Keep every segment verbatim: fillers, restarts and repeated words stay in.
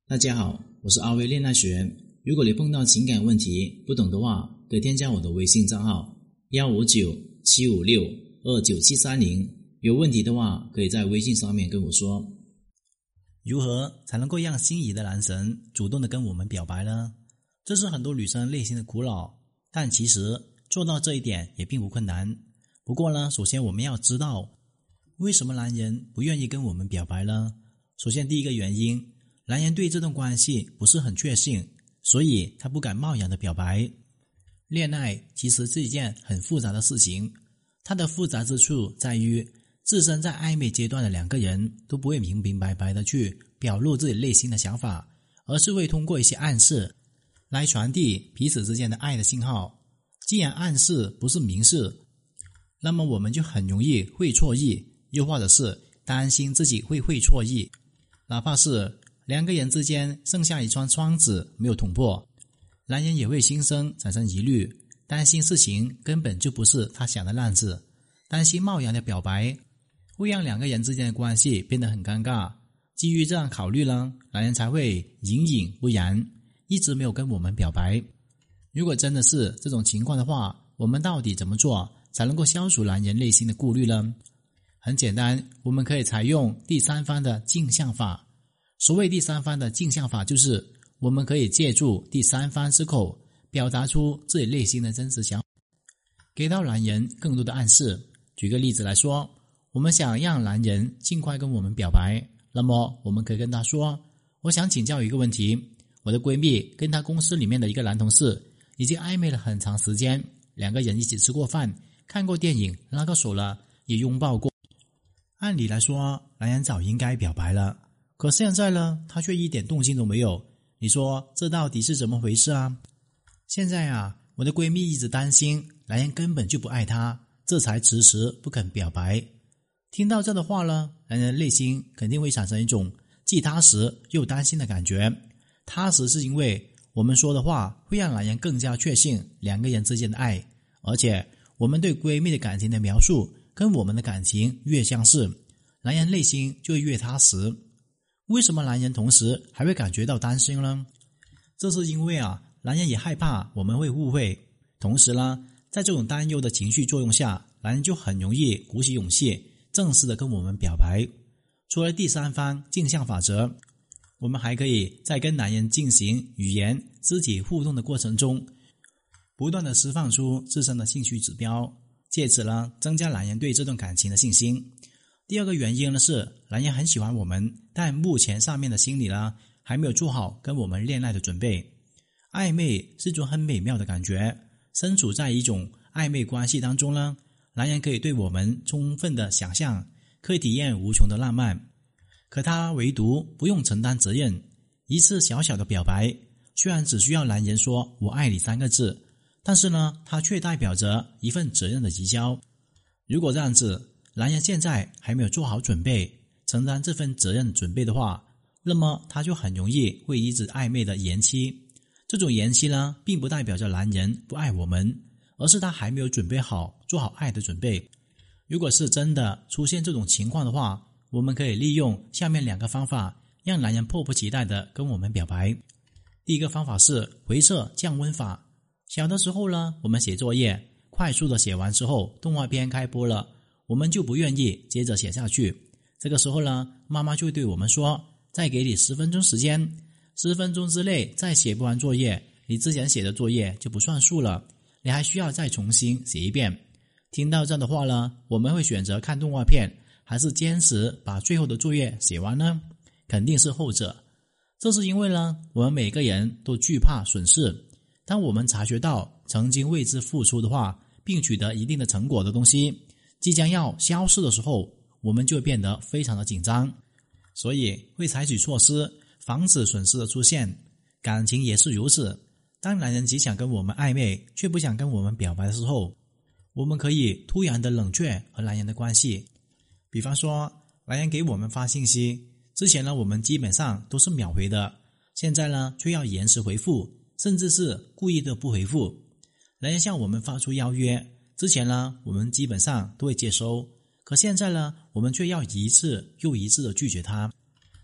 大家好，我是阿威恋爱学。如果你碰到情感问题不懂的话，可以添加我的微信账号一五九七五六二九七三零，有问题的话可以在微信上面跟我说。 如何才能够让心仪的男神主动的跟我们表白呢？这是很多女生内心的苦恼，但其实做到这一点也并不困难。不过呢，首先我们要知道为什么男人不愿意跟我们表白呢？首先第一个原因，男人对这段关系不是很确信，所以他不敢贸然的表白。恋爱其实是一件很复杂的事情，它的复杂之处在于自身在暧昧阶段的两个人都不会明明白白的去表露自己内心的想法，而是会通过一些暗示来传递彼此之间的爱的信号。既然暗示不是明示，那么我们就很容易会错意，又或者是担心自己会会错意。哪怕是两个人之间剩下一串窗子没有捅破，男人也会心生产生疑虑，担心事情根本就不是他想的那样子，担心贸然的表白会让两个人之间的关系变得很尴尬。基于这样考虑呢，男人才会隐隐不然，一直没有跟我们表白。如果真的是这种情况的话，我们到底怎么做才能够消除男人内心的顾虑呢？很简单，我们可以采用第三方的镜像法。所谓第三方的镜像法，就是我们可以借助第三方之口表达出自己内心的真实想法，给到男人更多的暗示。举个例子来说，我们想让男人尽快跟我们表白，那么我们可以跟他说，我想请教一个问题，我的闺蜜跟她公司里面的一个男同事已经暧昧了很长时间，两个人一起吃过饭，看过电影，拉过手了，也拥抱过。按理来说，男人早应该表白了，可现在呢，他却一点动静都没有。你说这到底是怎么回事啊？现在啊，我的闺蜜一直担心男人根本就不爱她，这才迟迟不肯表白。听到这的话呢，男人内心肯定会产生一种既踏实又担心的感觉。踏实是因为我们说的话会让男人更加确信两个人之间的爱，而且我们对闺蜜的感情的描述跟我们的感情越相似，男人内心就会越踏实。为什么男人同时还会感觉到担心呢？这是因为啊，男人也害怕我们会误会，同时呢，在这种担忧的情绪作用下，男人就很容易鼓起勇气正式的跟我们表白。除了第三方镜像法则，我们还可以在跟男人进行语言肢体互动的过程中，不断的释放出自身的兴趣指标，借此呢，增加男人对这段感情的信心。第二个原因呢是，男人很喜欢我们，但目前上面的心理呢，还没有做好跟我们恋爱的准备。暧昧是一种很美妙的感觉，身处在一种暧昧关系当中呢，男人可以对我们充分的想象，可以体验无穷的浪漫。可他唯独不用承担责任。一次小小的表白，虽然只需要男人说我爱你三个字，但是呢，它却代表着一份责任的移交。如果这样子，男人现在还没有做好准备，承担这份责任准备的话，那么他就很容易会一直暧昧的延期。这种延期呢，并不代表着男人不爱我们，而是他还没有准备好做好爱的准备。如果是真的出现这种情况的话，我们可以利用下面两个方法，让男人迫不及待的跟我们表白。第一个方法是回撤降温法。小的时候呢，我们写作业，快速的写完之后，动画片开播了，我们就不愿意接着写下去。这个时候呢，妈妈就会对我们说，再给你十分钟时间，十分钟之内再写不完作业，你之前写的作业就不算数了，你还需要再重新写一遍。听到这样的话呢，我们会选择看动画片，还是坚持把最后的作业写完呢？肯定是后者。这是因为呢，我们每个人都惧怕损失。当我们察觉到曾经为之付出的话，并取得一定的成果的东西即将要消失的时候，我们就会变得非常的紧张，所以会采取措施防止损失的出现。感情也是如此，当男人只想跟我们暧昧，却不想跟我们表白的时候，我们可以突然的冷却和男人的关系。比方说，男人给我们发信息，之前呢我们基本上都是秒回的，现在呢却要延迟回复，甚至是故意的不回复。男人向我们发出邀约，之前呢我们基本上都会接收，可现在呢我们却要一次又一次的拒绝他。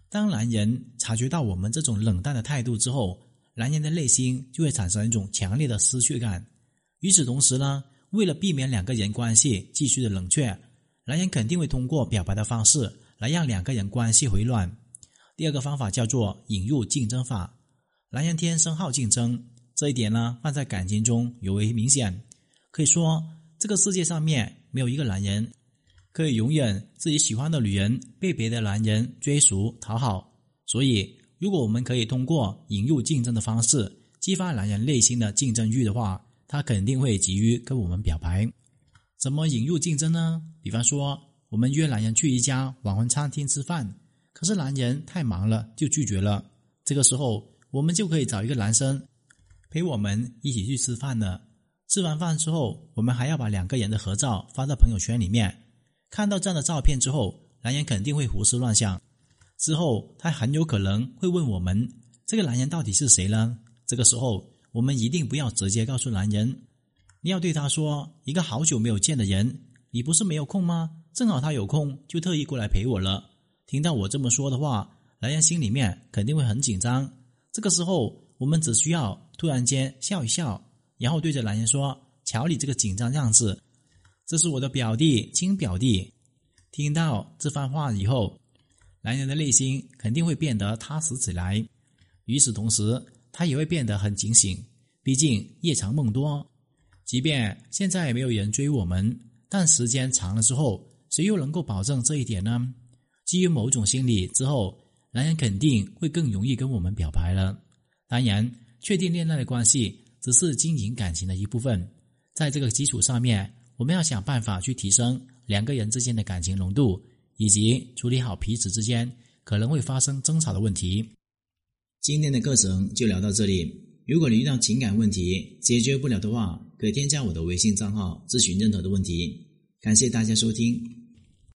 当男人察觉到我们这种冷淡的态度之后，男人的内心就会产生一种强烈的失去感。与此同时呢，为了避免两个人关系继续的冷却，男人肯定会通过表白的方式来让两个人关系回暖。第二个方法叫做引入竞争法。男人天生好竞争，这一点呢放在感情中尤为明显。可以说，这个世界上面没有一个男人可以容忍自己喜欢的女人被别的男人追逐讨好。所以如果我们可以通过引入竞争的方式激发男人内心的竞争欲的话，他肯定会急于跟我们表白。怎么引入竞争呢？比方说，我们约男人去一家网红餐厅吃饭，可是男人太忙了就拒绝了。这个时候我们就可以找一个男生陪我们一起去吃饭了。吃完饭之后，我们还要把两个人的合照发到朋友圈里面。看到这样的照片之后，男人肯定会胡思乱想，之后他很有可能会问我们，这个男人到底是谁呢？这个时候我们一定不要直接告诉男人，你要对他说，一个好久没有见的人，你不是没有空吗？正好他有空就特意过来陪我了。听到我这么说的话，男人心里面肯定会很紧张。这个时候我们只需要突然间笑一笑，然后对着男人说，瞧你这个紧张样子，这是我的表弟亲表弟。听到这番话以后，男人的内心肯定会变得踏实起来。与此同时，他也会变得很警醒，毕竟夜长梦多。即便现在没有人追我们，但时间长了之后，谁又能够保证这一点呢？基于某种心理之后，男人肯定会更容易跟我们表白了。当然，确定恋爱的关系只是经营感情的一部分，在这个基础上面，我们要想办法去提升两个人之间的感情浓度，以及处理好彼此之间可能会发生争吵的问题。 今天的课程就聊到这里，如果你遇到情感问题解决不了的话，可以添加我的微信账号咨询任何的问题。感谢大家收听。